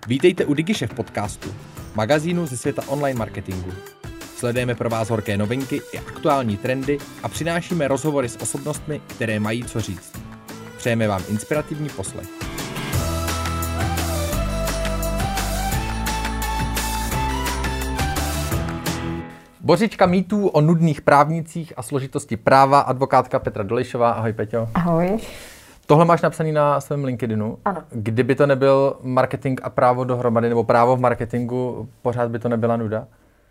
Vítejte u DigiShef podcastu, magazínu ze světa online marketingu. Sledujeme pro vás horké novinky i aktuální trendy a přinášíme rozhovory s osobnostmi, které mají co říct. Přejeme vám inspirativní poslech. Bořička mýtů o nudných právnících a složitosti práva, advokátka Petra Dolejšová. Ahoj, Peťo. Ahoj. Tohle máš napsaný na svém LinkedInu. Ano. Kdyby to nebyl marketing a právo dohromady, nebo právo v marketingu, pořád by to nebyla nuda?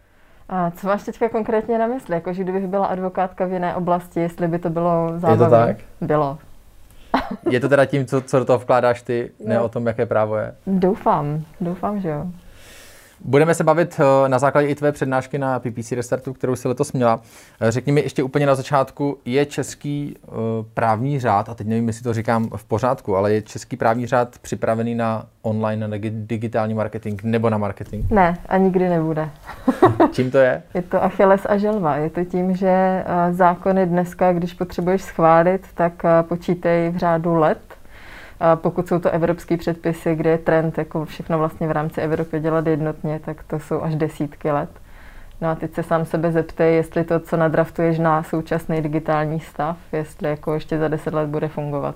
A co máš teďka konkrétně na mysli? Jakože kdybych byla advokátka v jiné oblasti, jestli by to bylo zábavné? Je to tak? Bylo. Je to teda tím, co do toho vkládáš ty, ne o tom, jaké právo je? Doufám, že jo. Budeme se bavit na základě i tvé přednášky na PPC Restartu, kterou si letos měla. Řekni mi ještě úplně na začátku, je český právní řád, a teď nevím, jestli to říkám v pořádku, ale je český právní řád připravený na online, na digitální marketing nebo na marketing? Ne, a nikdy nebude. Čím to je? Je to Achilles a želva. Je to tím, že zákony dneska, když potřebuješ schválit, tak počítej v řádu let. Pokud jsou to evropské předpisy, kde je trend jako všechno vlastně v rámci Evropy dělat jednotně, tak to jsou až desítky let. No a teď se sám sebe zeptej, jestli to, co nadraftuješ na současný digitální stav, jestli jako ještě za 10 let bude fungovat.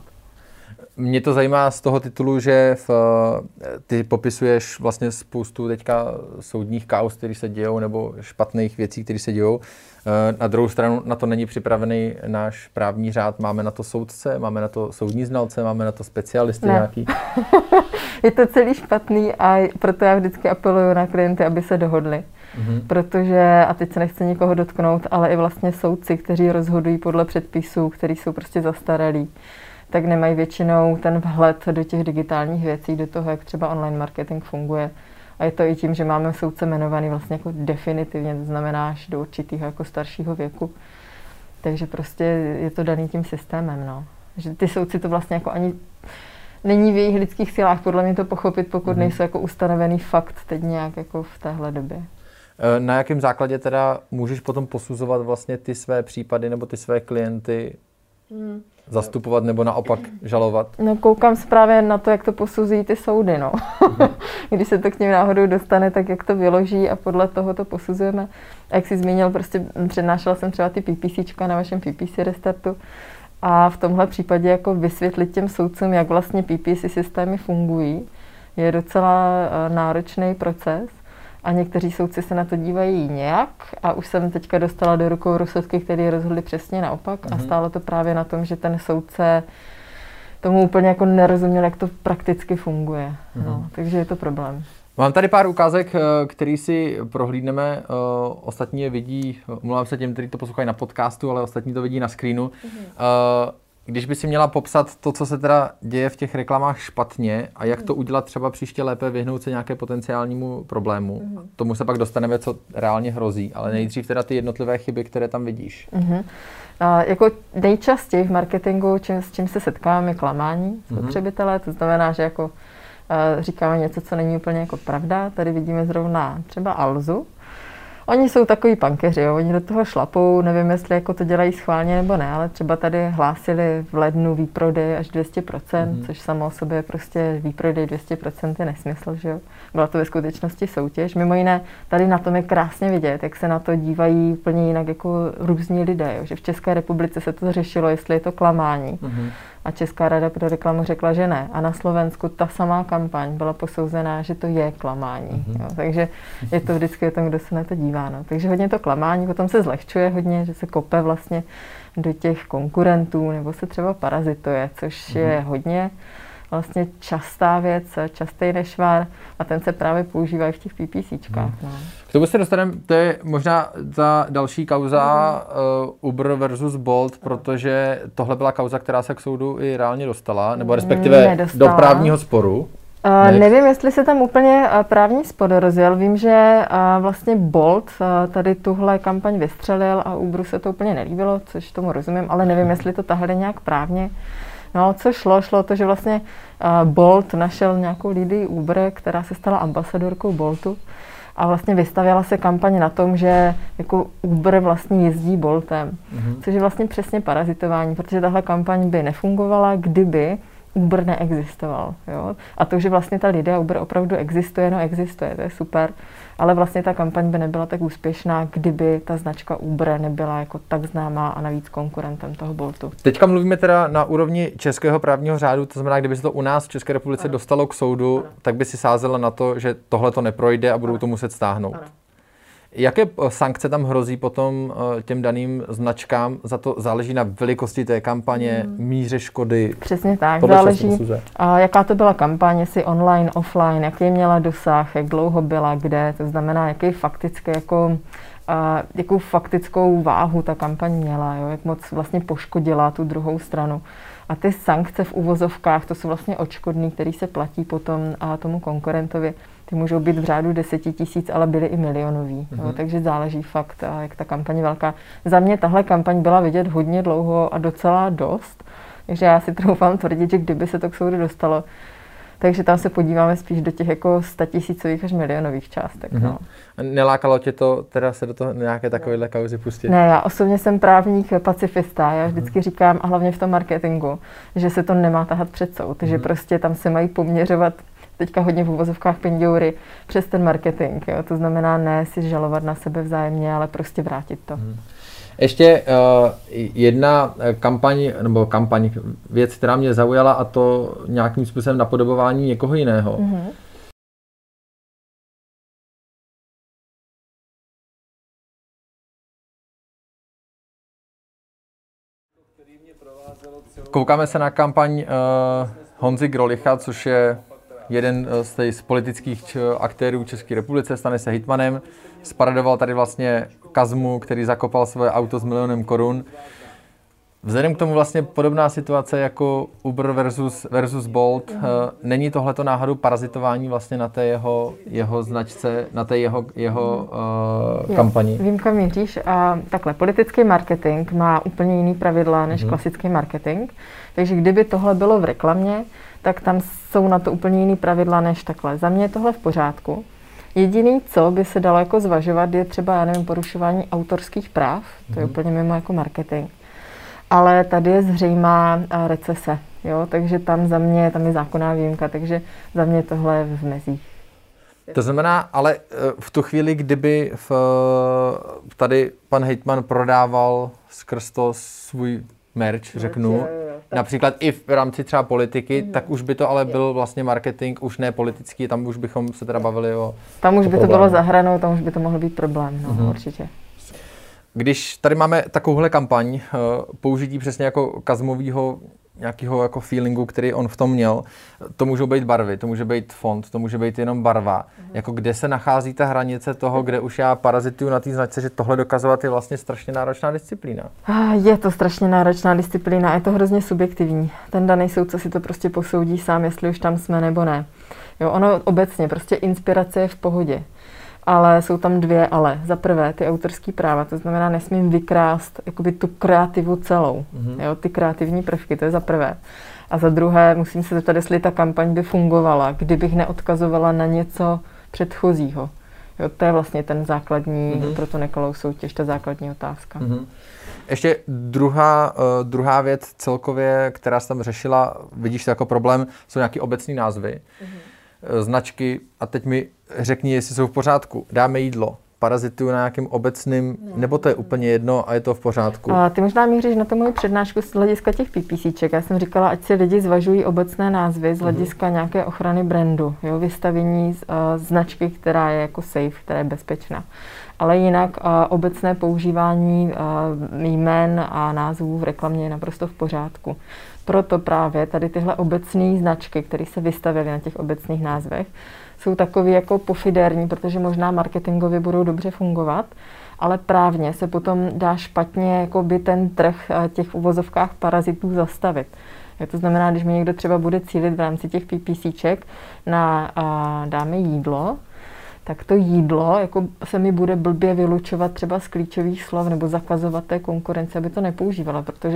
Mě to zajímá z toho titulu, že ty popisuješ vlastně spoustu teďka soudních kauz, které se dějou, nebo špatných věcí, které se dějou. Na druhou stranu na to není připravený náš právní řád. Máme na to soudce, máme na to soudní znalce, máme na to specialisty nějaký. Je to celý špatný a proto já vždycky apeluju na klienty, aby se dohodli. Protože, a teď se nechci nikoho dotknout, ale i vlastně soudci, kteří rozhodují podle předpisů, který jsou prostě zastaralí, tak nemají většinou ten vhled do těch digitálních věcí, do toho, jak třeba online marketing funguje. A je to i tím, že máme soudce jmenovaný vlastně jako definitivně, to znamená až do určitého jako staršího věku. Takže prostě je to daný tím systémem, no. Že ty soudci to vlastně jako ani není v jejich lidských silách podle mě to pochopit, pokud nejsou jako ustanovený fakt teď nějak jako v téhle době. Na jakém základě teda můžeš potom posuzovat vlastně ty své případy nebo ty své klienty? Zastupovat nebo naopak žalovat? No koukám se právě na to, jak to posuzují ty soudy, no. Když se to k ním náhodou dostane, tak jak to vyloží a podle toho to posuzujeme. A jak jsi zmínil, prostě přednášela jsem třeba ty PPCčka na vašem PPC Restartu a v tomhle případě jako vysvětlit těm soudcům, jak vlastně PPC systémy fungují, je docela náročný proces. A někteří soudci se na to dívají nějak a už jsem teďka dostala do rukou rozsudky, které rozhodly přesně naopak a stálo to právě na tom, že ten soudce tomu úplně jako nerozuměl, jak to prakticky funguje. No, takže je to problém. Mám tady pár ukázek, který si prohlídneme. Ostatní je vidí, omlouvám se těm, kteří to poslouchají na podcastu, ale ostatní to vidí na screenu. Když by si měla popsat to, co se teda děje v těch reklamách špatně a jak to udělat třeba příště lépe, vyhnout se nějaké potenciálnímu problému. Tomu se pak dostaneme, co reálně hrozí, ale nejdřív teda ty jednotlivé chyby, které tam vidíš. Jako nejčastěji v marketingu, s čím se setkáváme, je klamání spotřebitele, to znamená, že jako říkáme něco, co není úplně jako pravda. Tady vidíme zrovna třeba Alzu. Oni jsou takový pankeři, jo. Oni do toho šlapou, nevím, jestli jako to dělají schválně nebo ne, ale třeba tady hlásili v lednu výprodej až 200%, což samo o sobě prostě výprodej 200% je nesmysl, že jo. Byla to ve skutečnosti soutěž. Mimo jiné, tady na tom je krásně vidět, jak se na to dívají úplně jinak jako různí lidé, jo. Že v České republice se to řešilo, jestli je to klamání. A Česká rada pro reklamu řekla, že ne. A na Slovensku ta samá kampaň byla posouzená, že to je klamání. Jo. Takže je to vždycky o tom, kdo se na to dívá. No. Takže hodně to klamání, potom se zlehčuje hodně, že se kope vlastně do těch konkurentů, nebo se třeba parazituje, což je hodně vlastně častá věc, častý nešvar a ten se právě používá i v těch PPCčkách. No. K tomu se dostaneme, to je možná ta další kauza Uber versus Bolt, protože tohle byla kauza, která se k soudu i reálně dostala, nebo respektive do právního sporu. Nevím, jestli se tam úplně právní spor rozjel. Vím, že vlastně Bolt tady tuhle kampaň vystřelil a Uberu se to úplně nelíbilo, což tomu rozumím, ale nevím, jestli to tahli nějak právně. No, co šlo to, že vlastně Bolt našel nějakou lidi Uber, která se stala ambasadorkou Boltu a vlastně vystavěla se kampaň na tom, že jako Uber vlastně jezdí Boltem, což je vlastně přesně parazitování, protože tahle kampaň by nefungovala, kdyby Uber neexistoval. Jo? A to, že vlastně ta Lidea Uber opravdu existuje, to je super, ale vlastně ta kampaň by nebyla tak úspěšná, kdyby ta značka Uber nebyla jako tak známá a navíc konkurentem toho Boltu. Teďka mluvíme teda na úrovni českého právního řádu, to znamená, kdyby se to u nás v České republice dostalo k soudu, tak by si sázela na to, že tohle to neprojde a budou to muset stáhnout. Jaké sankce tam hrozí potom těm daným značkám? Za to záleží na velikosti té kampaně, míře škody? Přesně tak, záleží, jaká to byla kampaň, jestli online, offline, jaký měla dosah, jak dlouho byla, kde, to znamená, jaký fakticky, jakou faktickou váhu ta kampaň měla, jo, jak moc vlastně poškodila tu druhou stranu. A ty sankce v uvozovkách, to jsou vlastně odškodný, který se platí potom tomu konkurentovi. Ty můžou být v řádu 10 000, ale byly i milionový. Jo, takže záleží fakt, jak ta kampaň je velká. Za mě tahle kampaň byla vidět hodně dlouho a docela dost. Takže já si troufám tvrdit, že kdyby se to k soudu dostalo, takže tam se podíváme spíš do těch jako 100 000 až milionových částek. No. Nelákalo tě to teda se do toho nějaké takovéhle kauzy pustit? Ne, já osobně jsem právník pacifista. Já vždycky říkám, a hlavně v tom marketingu, že se to nemá tahat před soud, že prostě tam se mají poměřovat teďka hodně v uvozovkách pinďoury přes ten marketing. Jo. To znamená ne si žalovat na sebe vzájemně, ale prostě vrátit to. Ještě jedna kampaň, věc, která mě zaujala, a to nějakým způsobem napodobování někoho jiného. Koukáme se na kampaň Honzy Grolicha, což je jeden z politických aktérů České republice, stane se hitmanem. Sparadoval tady vlastně Kazmu, který zakopal svoje auto s 1 000 000 korun. Vzhledem k tomu vlastně podobná situace jako Uber versus Bolt. Není tohleto náhodou parazitování vlastně na té jeho značce, na té jeho kampani? Vím, kam míříš. Takhle, politický marketing má úplně jiný pravidla než klasický marketing. Takže kdyby tohle bylo v reklamě, tak tam jsou na to úplně jiný pravidla než takhle. Za mě je tohle v pořádku. Jediný, co by se dalo jako zvažovat, je třeba, porušování autorských práv. To je úplně mimo jako marketing. Ale tady je zřejmá recese, jo? Takže tam je zákonná výjimka, takže za mě tohle je v mezích. To znamená, ale v tu chvíli, kdyby tady pan hejtman prodával skrz to svůj merch, řeknu, například i v rámci třeba politiky, tak už by to ale byl vlastně marketing, už ne politický, tam už bychom se teda bavili o... Tam už by to bylo za hranou, tam už by to mohl být problém, určitě. Když tady máme takovouhle kampaň, použití přesně jako Kazmovýho nějakého jako feelingu, který on v tom měl, to můžou být barvy, to může být font, to může být jenom barva. Jako kde se nachází ta hranice toho, kde už já parazituju na té značce, že tohle dokazovat je vlastně strašně náročná disciplína? Je to strašně náročná disciplína, je to hrozně subjektivní. Ten daný soudce si to prostě posoudí sám, jestli už tam jsme nebo ne. Jo, ono obecně, prostě inspirace je v pohodě. Ale jsou tam dvě ale. Za prvé, ty autorský práva, to znamená, nesmím vykrást jakoby tu kreativu celou. Jo, ty kreativní prvky, to je za prvé. A za druhé, musím se zeptat, jestli ta kampaň by fungovala, kdybych neodkazovala na něco předchozího. Jo, to je vlastně ten základní, pro tu nekalou soutěž, ta základní otázka. Ještě druhá věc celkově, která se tam řešila, vidíš to jako problém, jsou nějaký obecný názvy. Značky, a teď mi řekni, jestli jsou v pořádku. Dáme jídlo, parazituju na nějakým obecným, nebo to je úplně jedno a je to v pořádku? Ty možná míříš na to moji přednášku z hlediska těch PPCček. Já jsem říkala, ať si lidi zvažují obecné názvy z hlediska nějaké ochrany brandu, jo, vystavění značky, která je jako safe, která je bezpečná. Ale jinak obecné používání jmen a názvů v reklamě je naprosto v pořádku. Proto právě tady tyhle obecné značky, které se vystavily na těch obecných názvech, jsou takový jako pofidérní, protože možná marketingově budou dobře fungovat, ale právně se potom dá špatně jakoby ten trh těch v uvozovkách parazitů zastavit. To znamená, když mi někdo třeba bude cílit v rámci těch PPCček na dáme jídlo, tak to jídlo jako se mi bude blbě vylučovat třeba z klíčových slov nebo zakazovat té konkurence, aby to nepoužívala, protože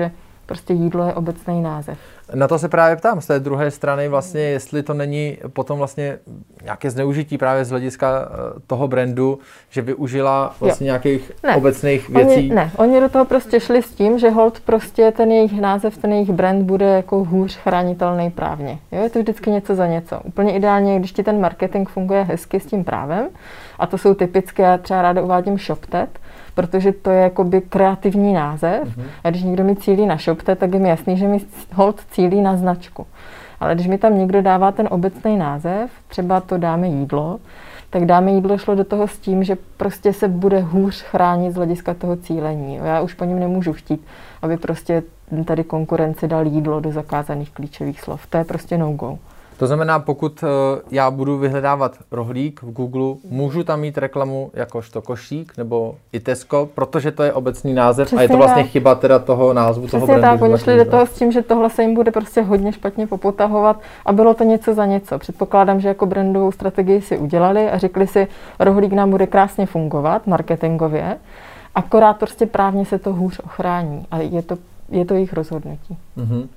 Prostě jídlo je obecný název. Na to se právě ptám z té druhé strany vlastně, jestli to není potom vlastně nějaké zneužití právě z hlediska toho brandu, že využila vlastně nějakých obecných věcí. Oni do toho prostě šli s tím, že hold prostě ten jejich název, ten jejich brand bude jako hůř chránitelný právně. Jo, je to vždycky něco za něco. Úplně ideálně, když ti ten marketing funguje hezky s tím právem, a to jsou typické, já třeba ráda uvádím ShopTet, protože to je jakoby kreativní název a když někdo mi cílí na ShopTet, tak je mi jasný, že mi hold cílí na značku. Ale když mi tam někdo dává ten obecný název, třeba to dáme jídlo, tak dáme jídlo šlo do toho s tím, že prostě se bude hůř chránit z hlediska toho cílení. Já už po něm nemůžu chtít, aby prostě tady konkurenci dal jídlo do zakázaných klíčových slov. To je prostě no-go. To znamená, pokud já budu vyhledávat rohlík v Google, můžu tam mít reklamu jakožto košík nebo i Tesco, protože to je obecný název. Přesně a je to vlastně chyba teda toho názvu, přesně toho brandu. Tak, oni šli do toho s tím, že tohle se jim bude prostě hodně špatně popotahovat a bylo to něco za něco. Předpokládám, že jako brandovou strategii si udělali a řekli si, rohlík nám bude krásně fungovat marketingově, akorát prostě právně se to hůř ochrání a je to jejich rozhodnutí. Mm-hmm.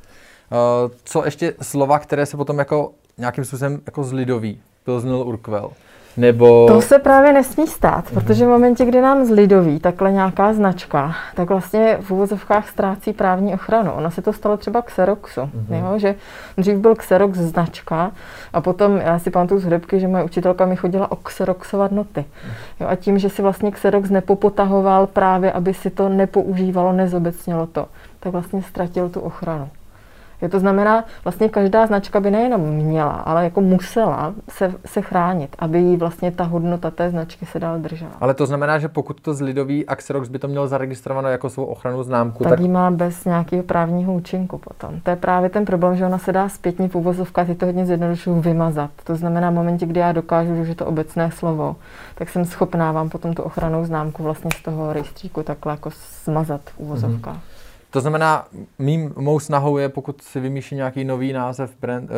Co ještě slova, které se potom jako nějakým způsobem jako zlidoví? Pilsner Urquell. Nebo... To se právě nesmí stát, protože v momentě, kdy nám zlidoví takhle nějaká značka, tak vlastně v uvozovkách ztrácí právní ochranu. Ono se to stalo třeba Xeroxu, jo? Že dřív byl Xerox značka a potom, já si pamatuju z hudebky, že moje učitelka mi chodila oxeroxovat noty. Jo? A tím, že si vlastně Xerox nepopotahoval právě, aby si to nepoužívalo, nezobecnilo to, tak vlastně ztratil tu ochranu. To znamená, vlastně každá značka by nejenom měla, ale jako musela se chránit, aby jí vlastně ta hodnota té značky se dál držela. Ale to znamená, že pokud to zlidoví a Xerox by to měl zaregistrovanou jako svou ochrannou známku, tak ji má bez nějakého právního účinku potom. To je právě ten problém, že ona se dá zpětně v uvozovkách, je to hodně zjednodušuju, vymazat. To znamená, v momentě, kdy já dokážu, že je to obecné slovo, tak jsem schopná vám potom tu ochrannou známku vlastně z toho rejstříku takhle jako smazat v uvozovkách. To znamená, mou snahou je, pokud si vymýšlí nějaký nový název,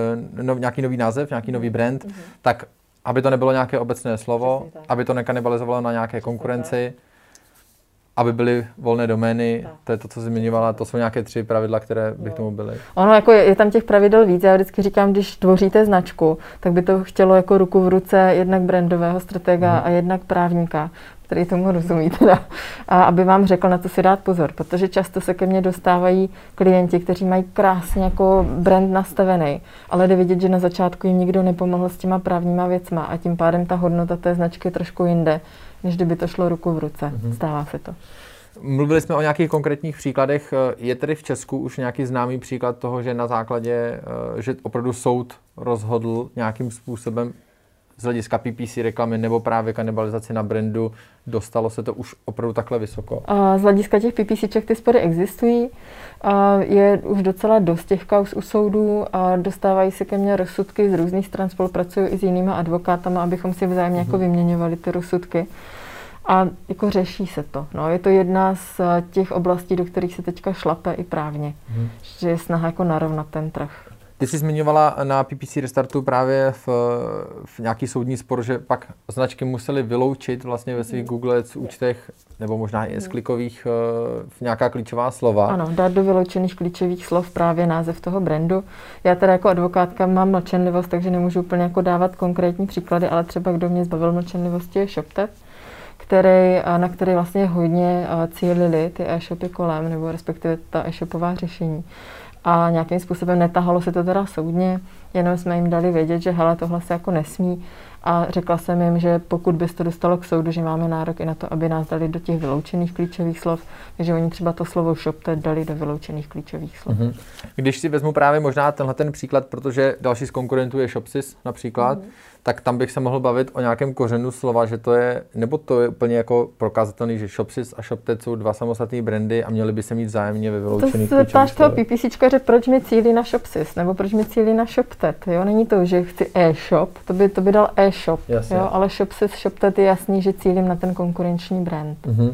nějaký nový brand, tak aby to nebylo nějaké obecné slovo, aby to nekanibalizovalo na nějaké konkurenci, aby byly volné domény, to je to, co jsi zmiňovala, to jsou nějaké 3 pravidla, které by k tomu byly. Ono jako je tam těch pravidel víc, já vždycky říkám, když tvoříte značku, tak by to chtělo jako ruku v ruce jednak brandového stratega a jednak právníka, který tomu rozumí teda, a aby vám řekl, na co si dát pozor, protože často se ke mně dostávají klienti, kteří mají krásně jako brand nastavený, ale jde vidět, že na začátku jim nikdo nepomohl s těma právníma věcma a tím pádem ta hodnota té značky je trošku jinde, než kdyby to šlo ruku v ruce. Stává se to. Mluvili jsme o nějakých konkrétních příkladech. Je tedy v Česku už nějaký známý příklad toho, že na základě, že opravdu soud rozhodl nějakým způsobem z hlediska PPC reklamy nebo právě kanibalizaci na brandu, dostalo se to už opravdu takhle vysoko? Z hlediska těch PPCček ty spory existují. Je už docela dost těch kauz u soudů a dostávají se ke mně rozsudky z různých stran, spolupracují i s jinýma advokátama, abychom si vzájemně jako vyměňovali ty rozsudky. A jako řeší se to. No, je to jedna z těch oblastí, do kterých se teďka šlape i právně, že je snaha jako narovnat ten trh. Ty jsi zmiňovala na PPC Restartu právě v nějaký soudní spor, že pak značky musely vyloučit vlastně ve svých Google Ads účtech nebo možná i S-klikových nějaká klíčová slova. Ano, dát do vyloučených klíčových slov právě název toho brandu. Já teda jako advokátka mám mlčenlivost, takže nemůžu úplně jako dávat konkrétní příklady, ale třeba kdo mě zbavil mlčenlivosti je ShopTet, na který vlastně hodně cílili ty e-shopy kolem, nebo respektive ta e-shopová řešení. A nějakým způsobem netahalo se to teda soudně, jenom jsme jim dali vědět, že hele, tohle se jako nesmí. A řekla jsem jim, že pokud by se to dostalo k soudu, že máme nárok i na to, aby nás dali do těch vyloučených klíčových slov, takže oni třeba to slovo ShopTet dali do vyloučených klíčových slov. Když si vezmu právě možná tenhle ten příklad, protože další z konkurentů je Shopsys například, tak tam bych se mohl bavit o nějakém kořenu slova, že to je, nebo to je úplně jako prokazatelný, že Shopsys a ShopTet jsou 2 samostatné brandy a měly by se mít vzájemně ve vyloučených klíčových slovech. To se ptáš toho PPCčkaře, proč mi cílí na Shopsys, nebo proč mi cílí na ShopTet, jo? Není to, že chci e-shop, to by dal e-shop, jo? Ale Shopsys, ShopTet je jasný, že cílím na ten konkurenční brand.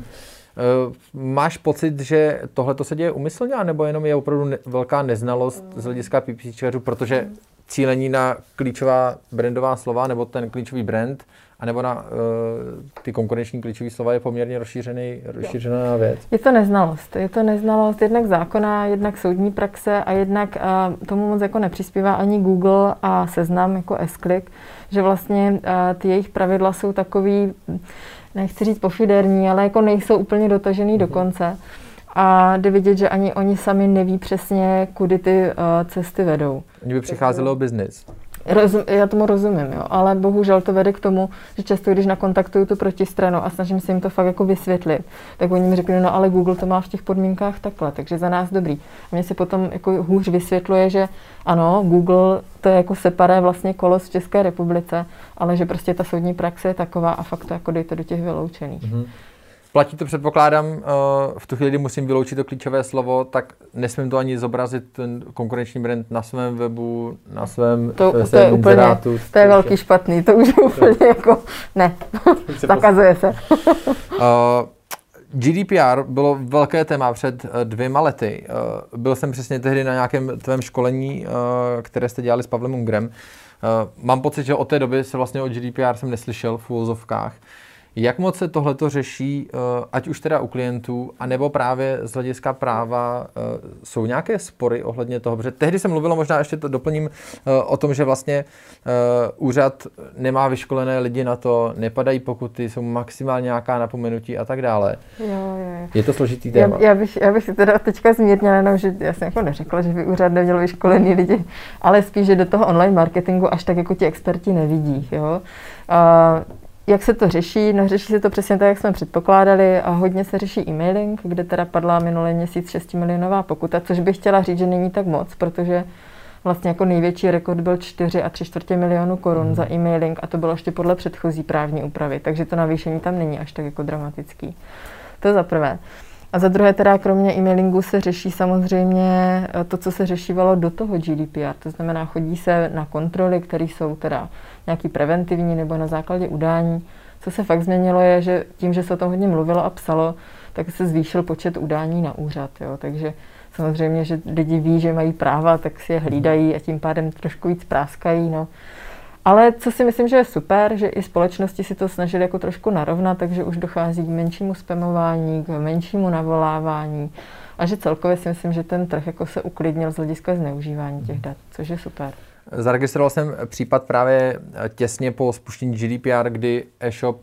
Máš pocit, že tohle se děje úmyslně, nebo jenom je opravdu velká neznalost z hlediska PPCčkařů, protože cílení na klíčová brandová slova nebo ten klíčový brand, anebo na ty konkurenční klíčové slova je poměrně rozšířená věc. Je to neznalost jednak zákona, jednak soudní praxe a jednak tomu moc jako nepřispívá ani Google a Seznam jako S-Click, že vlastně ty jejich pravidla jsou takový, nechci říct pofiderní, ale jako nejsou úplně dotažený do konce. A jde vidět, že ani oni sami neví přesně, kudy ty cesty vedou. Oni by přicházeli o biznis. Já tomu rozumím, jo, ale bohužel to vede k tomu, že často, když nakontaktuju tu protistranu a snažím se jim to fakt jako vysvětlit, tak oni mi řekli, no ale Google to má v těch podmínkách takhle, takže za nás dobrý. A mně se potom jako hůř vysvětluje, že ano, Google to je jako separé vlastně kolos v České republice, ale že prostě ta soudní praxe je taková a fakt to jako dejte do těch vyloučených. Mm-hmm. Platí to, předpokládám, v tu chvíli, kdy musím vyloučit to klíčové slovo, tak nesmím to ani zobrazit ten konkurenční brand na svém webu, na svém inzerátu. To je velký špatný, to už úplně jako, ne, zakazuje se. GDPR bylo velké téma před 2 lety. Byl jsem přesně tehdy na nějakém tvém školení, které jste dělali s Pavlem Ungrem. Mám pocit, že od té doby se vlastně o GDPR jsem neslyšel v uvozovkách. Jak moc se tohleto řeší, ať už teda u klientů, anebo právě z hlediska práva, jsou nějaké spory ohledně toho? Protože tehdy se mluvilo, možná ještě to doplním, o tom, že vlastně úřad nemá vyškolené lidi na to, nepadají pokuty, jsou maximálně nějaká napomenutí a tak dále. Jo. Je to složitý téma. Já bych si teda teďka zmírnila, jenom, že já jsem jako neřekla, že by úřad neměl vyškolený lidi, ale spíš, že do toho online marketingu až tak jako ti experti nevidí. Jo? Jak se to řeší? No řeší se to přesně tak, jak jsme předpokládali a hodně se řeší e-mailing, kde teda padla minulý měsíc 6 milionová pokuta, což bych chtěla říct, že není tak moc, protože vlastně jako největší rekord byl 4,75 milionu korun za e-mailing a to bylo ještě podle předchozí právní úpravy, takže to navýšení tam není až tak jako dramatický. To je za prvé. A za druhé teda kromě e-mailingu se řeší samozřejmě to, co se řešívalo do toho GDPR, to znamená chodí se na kontroly, které jsou teda nějaký preventivní nebo na základě udání. Co se fakt změnilo je, že tím, že se o tom hodně mluvilo a psalo, tak se zvýšil počet udání na úřad. Jo? Takže samozřejmě, že lidi ví, že mají práva, tak si je hlídají a tím pádem trošku víc práskají. No. Ale co si myslím, že je super, že i společnosti si to snažili jako trošku narovnat, takže už dochází k menšímu spamování, k menšímu navolávání a že celkově si myslím, že ten trh jako se uklidnil z hlediska zneužívání těch dat, což je super. Zaregistroval jsem případ právě těsně po spuštění GDPR, kdy e-shop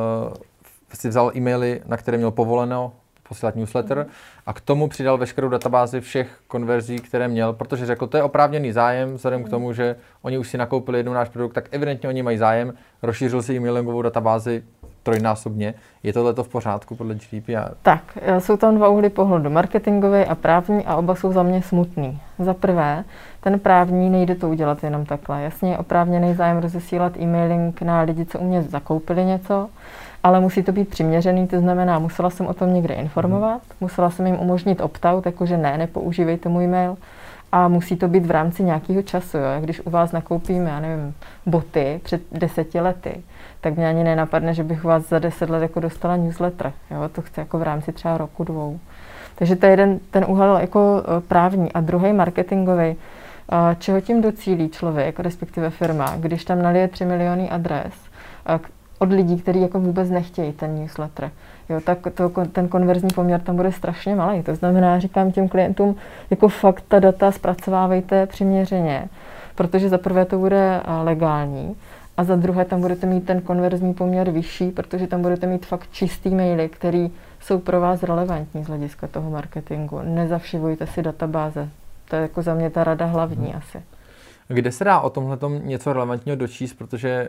si vzal e-maily, na které měl povoleno posílat newsletter a k tomu přidal veškerou databázi všech konverzí, které měl, protože řekl, to je oprávněný zájem, vzhledem k tomu, že oni už si nakoupili jednou náš produkt, tak evidentně oni mají zájem, rozšířil si e-mailingovou databázi trojnásobně. Je tohleto v pořádku podle GDPR? Tak, jsou tam 2 úhly pohledu, marketingový a právní a oba jsou za mě smutný. Za prvé, ten právní nejde to udělat jenom takhle. Jasně je oprávněný zájem rozesílat e-mailing na lidi, co u mě zakoupili něco, ale musí to být přiměřený, to znamená, musela jsem o tom někde informovat, musela jsem jim umožnit opt-out, jakože nepoužívejte můj mail a musí to být v rámci nějakého času. Jo. Když u vás nakoupím, já nevím, boty před 10 lety, tak mě ani nenapadne, že bych u vás za 10 let jako dostala newsletter. Jo. To chci jako v rámci třeba roku, 2. Takže to je jeden ten úhel jako právní a druhý marketingový. Čeho tím docílí člověk, respektive firma, když tam nalije 3 miliony adres od lidí, kteří jako vůbec nechtějí ten newsletter. Jo, tak ten konverzní poměr tam bude strašně malý. To znamená, říkám těm klientům, jako fakt ta data zpracovávejte přiměřeně, protože za prvé to bude legální a za druhé tam budete mít ten konverzní poměr vyšší, protože tam budete mít fakt čistý maily, který jsou pro vás relevantní z hlediska toho marketingu. Nezavšivujte si databáze. To je jako za mě ta rada hlavní asi. Kde se dá o tomhletom něco relevantního dočíst, protože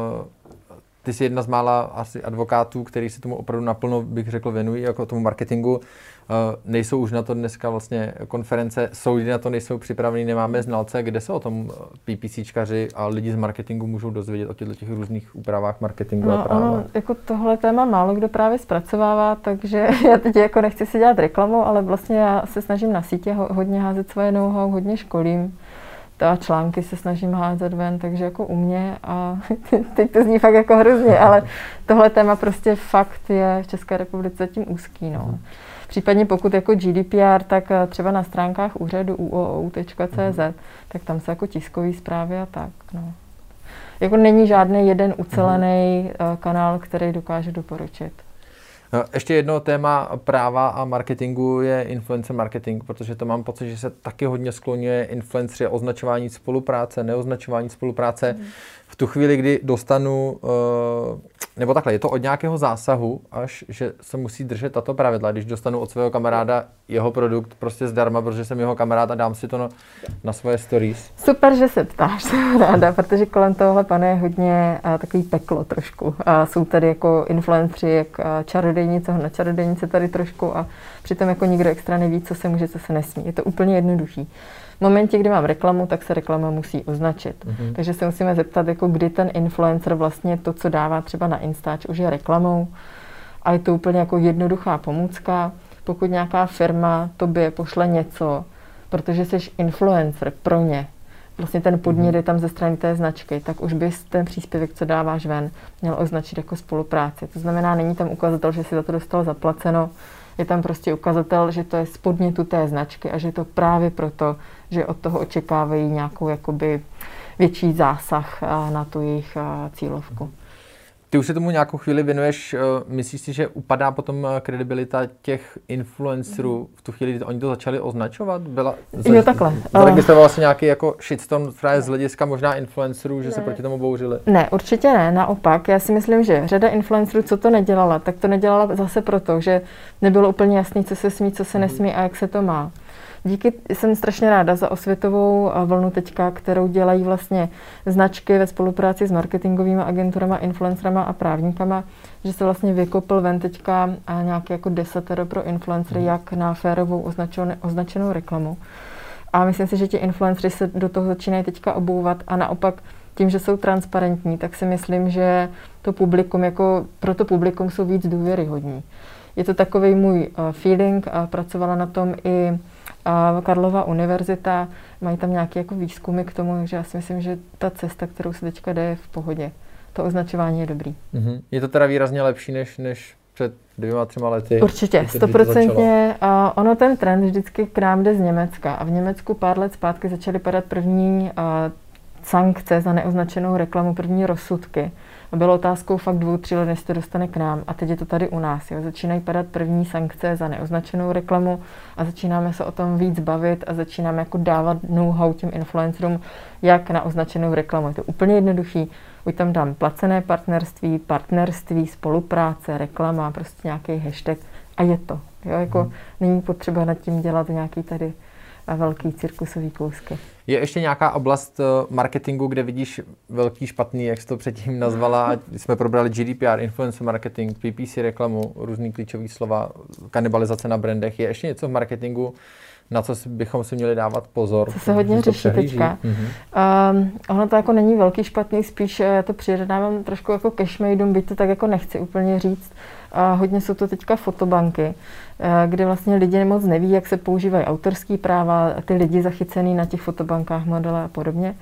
ty jsi jedna z mála asi advokátů, který se tomu opravdu naplno, bych řekl, věnují, jako tomu marketingu. Nejsou už na to dneska vlastně konference, soudy na to nejsou připravení, nemáme znalce. Kde se o tom PPCčkaři a lidi z marketingu můžou dozvědět o těch různých úpravách marketingu a práva? Ono, jako tohle téma málo kdo právě zpracovává, takže já teď jako nechci si dělat reklamu, ale vlastně já se snažím na sítě hodně házet svoje know-how, hodně školím. A články se snažím házet ven, takže jako u mě a teď to zní fakt jako hrozně, ale tohle téma prostě fakt je v České republice zatím úzký, no. Případně pokud jako GDPR, tak třeba na stránkách úřadu uou.cz, tak tam jsou jako tiskové zprávy a tak. No. Jako není žádný jeden ucelený kanál, který dokáže doporučit. No, ještě jedno téma práva a marketingu je influencer marketing, protože to mám pocit, že se taky hodně skloňuje influencery, označování spolupráce, neoznačování spolupráce. V tu chvíli, kdy dostanu, nebo takhle, je to od nějakého zásahu, až že se musí držet tato pravidla. Když dostanu od svého kamaráda jeho produkt prostě zdarma, protože jsem jeho kamarád a dám si to na svoje stories. Super, že se ptáš, jsem ráda, protože kolem tohohle panuje hodně takový peklo trošku. A jsou tady jako influenceri, jak čarodejnice, na čarodejnice tady trošku a přitom jako nikdo extra neví, co se může, co se nesmí. Je to úplně jednoduchý. V momentě, kdy mám reklamu, tak se reklama musí označit. Takže se musíme zeptat, jako kdy ten influencer vlastně to, co dává třeba na Instač, už je reklamou. A je to úplně jako jednoduchá pomůcka. Pokud nějaká firma tobě pošle něco, protože jsi influencer pro ně, vlastně ten podnět je tam ze strany té značky, tak už bys ten příspěvek, co dáváš ven, měl označit jako spolupráci. To znamená, není tam ukazatel, že si za to dostal zaplaceno, je tam prostě ukazatel, že to je z podnětu té značky a že je to právě proto, že od toho očekávají nějakou jakoby větší zásah na tu jejich cílovku. Ty už se tomu nějakou chvíli věnuješ, myslíš si, že upadá potom kredibilita těch influencerů v tu chvíli, kdy oni to začali označovat? Jo, takhle. Zaregistroval se nějaký jako shitstorm z hlediska možná influencerů, že se proti tomu bouřili? Ne, určitě ne, naopak. Já si myslím, že řada influencerů, co to nedělala, tak to nedělala zase proto, že nebylo úplně jasný, co se smí, co se nesmí a jak se to má. Jsem strašně ráda za osvětovou vlnu teďka, kterou dělají vlastně značky ve spolupráci s marketingovými agenturama, influencerama a právníkama, že se vlastně vykopl ven teďka nějaké jako desatero pro influencery, jak na férovou označenou reklamu. A myslím si, že ti influencery se do toho začínají teďka obouvat a naopak tím, že jsou transparentní, tak si myslím, že to publikum, jako pro to publikum jsou víc důvěryhodní. Je to takový můj feeling a pracovala na tom i Karlova univerzita, mají tam nějaké jako výzkumy k tomu, takže já si myslím, že ta cesta, kterou se teďka jde, je v pohodě. To označování je dobrý. Je to teda výrazně lepší než před 2-3 lety? Určitě, 100%. Ono ten trend vždycky k nám jde z Německa a v Německu pár let zpátky začaly padat první sankce za neoznačenou reklamu, první rozsudky. Bylo otázkou fakt 2-3 let, než se to dostane k nám. A teď je to tady u nás. Jo. Začínají padat první sankce za neoznačenou reklamu a začínáme se o tom víc bavit a začínáme jako dávat know-how těm influencerům, jak na označenou reklamu. Je to úplně jednoduchý. Už tam dám placené partnerství, spolupráce, reklama, prostě nějaký hashtag a je to. Jo, jako není potřeba nad tím dělat nějaký tady velký cirkusový kousky. Je ještě nějaká oblast marketingu, kde vidíš velký špatný, jak jsi to předtím nazvala, jsme probrali GDPR, influencer marketing, PPC reklamu, různý klíčový slova, kanibalizace na brandech. Je ještě něco v marketingu, na co bychom si měli dávat pozor? Co se hodně řeší teďka. Ono to jako není velký špatný, spíš já to přirovnávám trošku jako cashmadeům, byť to tak jako nechci úplně říct. Hodně jsou to teďka fotobanky, kde vlastně lidi moc neví, jak se používají autorský práva, ty lidi zachycený na těch fotobankách, modely a podobně,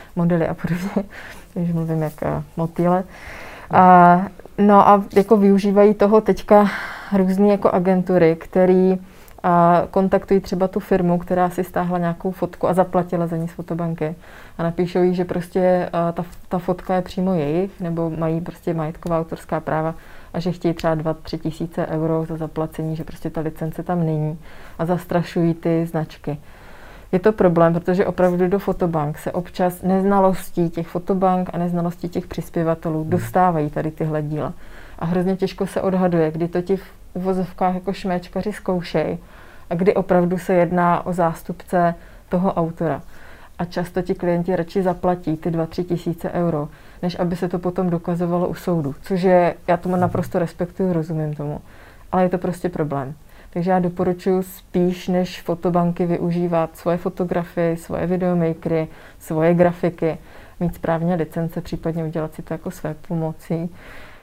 když mluvím jak motýle. No a jako využívají toho teďka různé jako agentury, které kontaktují třeba tu firmu, která si stáhla nějakou fotku a zaplatila za ní z fotobanky a napíšou jí, že prostě ta fotka je přímo jejich, nebo mají prostě majetková autorská práva a že chtějí třeba 2-3 tisíce euro za zaplacení, že prostě ta licence tam není a zastrašují ty značky. Je to problém, protože opravdu do fotobank se občas neznalostí těch fotobank a neznalostí těch přispěvatelů dostávají tady tyhle díla. A hrozně těžko se odhaduje, kdy to ti v uvozovkách jako šméčkaři zkoušejí a kdy opravdu se jedná o zástupce toho autora. A často ti klienti radši zaplatí ty 2-3 tisíce euro, než aby se to potom dokazovalo u soudu. Což je, já tomu naprosto respektuju, rozumím tomu. Ale je to prostě problém. Takže já doporučuji spíš, než fotobanky využívat svoje fotografie, svoje videomakery, svoje grafiky, mít správně licence, případně udělat si to jako své pomocí.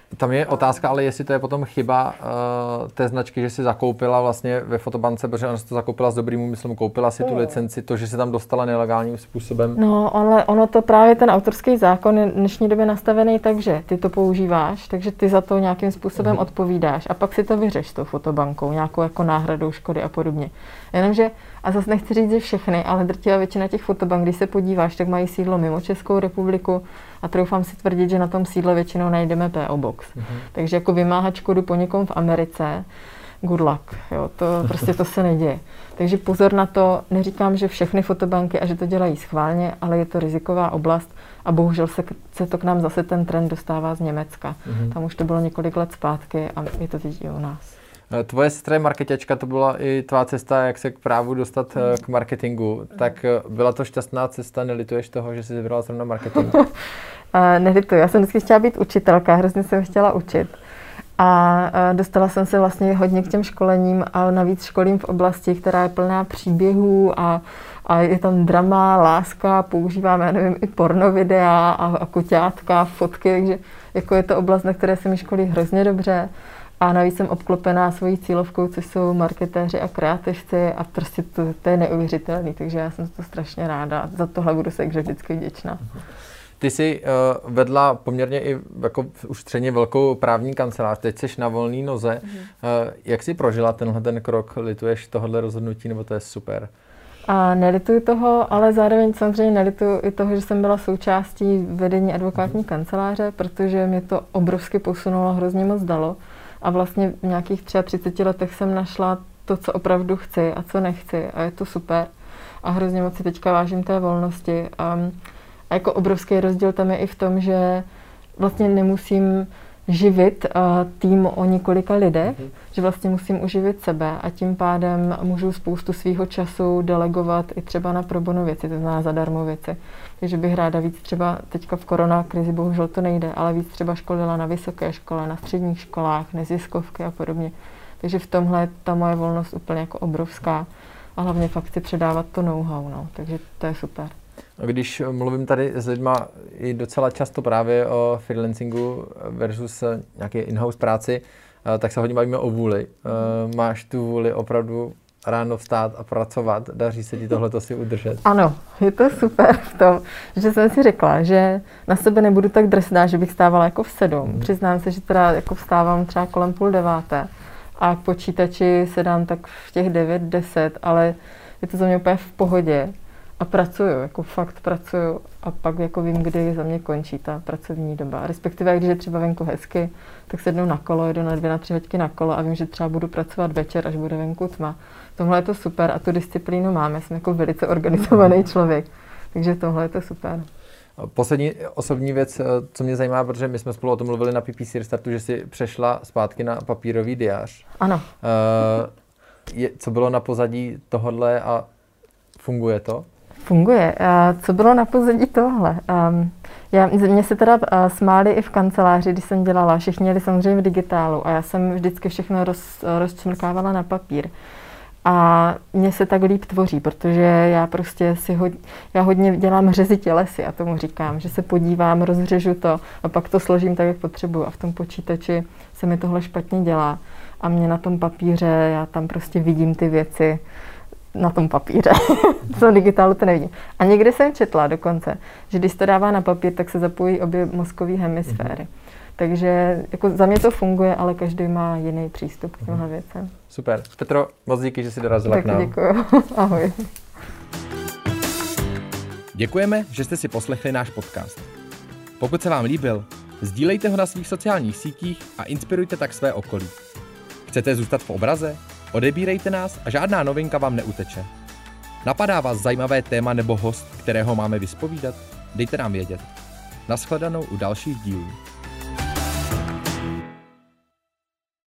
Tam je otázka, ale jestli to je potom chyba té značky, že si zakoupila vlastně ve fotobance, protože ona si to zakoupila s dobrým úmyslem, koupila si tu licenci, to, že se tam dostala nelegálním způsobem. No, ale ono to právě ten autorský zákon je v dnešní době nastavený tak, že ty to používáš, takže ty za to nějakým způsobem odpovídáš a pak si to vyřeš s tou fotobankou, nějakou jako náhradou škody a podobně. Jenomže, a zase nechci říct, že všechny, ale drtivá většina těch fotobank, když se podíváš, tak mají sídlo mimo Českou republiku a troufám si tvrdit, že na tom sídle většinou najdeme PO Box. Takže jako vymáhat škodu po někom v Americe, good luck, jo, to prostě to se neděje. Takže pozor na to, neříkám, že všechny fotobanky a že to dělají schválně, ale je to riziková oblast a bohužel se to k nám zase ten trend dostává z Německa. Tam už to bylo několik let zpátky a je to teď i u nás. Tvoje sestra je marketačka, to byla i tvá cesta, jak se k právu dostat k marketingu. Tak byla to šťastná cesta, nelituješ toho, že jsi vybrala zrovna marketing? Nelituji, já jsem vždycky chtěla být učitelka, hrozně jsem chtěla učit. A dostala jsem se vlastně hodně k těm školením a navíc školím v oblasti, která je plná příběhů a je tam drama, láska, používáme, já nevím, i pornovidea a koťátka, fotky, takže jako je to oblast, na které se mi školí hrozně dobře. A navíc jsem obklopená svojí cílovkou, což jsou marketéři a kreativci a prostě to je neuvěřitelný, takže já jsem to strašně ráda. Za tohle budu se vždycky vděčná. Ty jsi vedla poměrně i jako už středně velkou právní kancelář, teď jsi na volné noze. Jak jsi prožila ten krok? Lituješ tohle rozhodnutí, nebo to je super? A nelituju toho, ale zároveň samozřejmě nelituju i toho, že jsem byla součástí vedení advokátní kanceláře, protože mě to obrovsky posunulo, hrozně moc dalo. A vlastně v nějakých 33 letech jsem našla to, co opravdu chci a co nechci. A je to super. A hrozně moc si teďka vážím té volnosti. A jako obrovský rozdíl tam je i v tom, že vlastně nemusím živit tým o několika lidech, že vlastně musím uživit sebe a tím pádem můžu spoustu svýho času delegovat i třeba na pro bono věci, to znamená zadarmo věci. Takže bych ráda víc třeba teďka v koronakrizi, bohužel to nejde, ale víc třeba školila na vysoké škole, na středních školách, neziskovky a podobně. Takže v tomhle je ta moje volnost úplně jako obrovská a hlavně fakt chci předávat to know-how, no. Takže to je super. Když mluvím tady s lidma i docela často právě o freelancingu versus nějaké in-house práci, tak se hodně bavíme o vůli. Máš tu vůli opravdu ráno vstát a pracovat? Daří se ti tohleto si udržet? Ano, je to super v tom, že jsem si řekla, že na sebe nebudu tak drsná, že bych stávala jako v 7. Přiznám se, že teda jako vstávám třeba kolem 8:30 a k počítači se dám tak v těch 9-10, ale je to za mě úplně v pohodě. A pracuju, jako fakt pracuju a pak jako vím, kdy za mě končí ta pracovní doba. Respektive, když je třeba venku hezky, tak sednu na kolo, jedu na 2 na 3 hodiny na kolo a vím, že třeba budu pracovat večer, až bude venku tma. Tohle je to super a tu disciplínu máme, jsem jako velice organizovaný člověk, takže tohle je to super. Poslední osobní věc, co mě zajímá, protože my jsme spolu o tom mluvili na PPC Restartu, že jsi přešla zpátky na papírový diář. Ano. Co bylo na pozadí tohodle a funguje to? Funguje. Co bylo na pozadí tohle? Mě se teda smáli i v kanceláři, když jsem dělala. Všichni měli samozřejmě v digitálu a já jsem vždycky všechno rozčmrkávala na papír. A mně se tak líp tvoří, protože já prostě já hodně dělám řezi tělesy, já tomu říkám, že se podívám, rozřežu to a pak to složím tak, jak potřebuju. A v tom počítači se mi tohle špatně dělá. A mě na tom papíře, já tam prostě vidím ty věci na tom papíře. Co digitálu to nevidím. A někde jsem četla dokonce, že když to dává na papír, tak se zapojí obě mozkové hemisféry. Takže jako za mě to funguje, ale každý má jiný přístup k těmhle věcem. Super. Petro, moc díky, že jsi dorazila k nám. Děkuji. Ahoj. Děkujeme, že jste si poslechli náš podcast. Pokud se vám líbil, sdílejte ho na svých sociálních sítích a inspirujte tak své okolí. Chcete zůstat v obraze? Odebírejte nás a žádná novinka vám neuteče. Napadá vás zajímavé téma nebo host, kterého máme vyspovídat? Dejte nám vědět. Nashledanou u dalších dílů.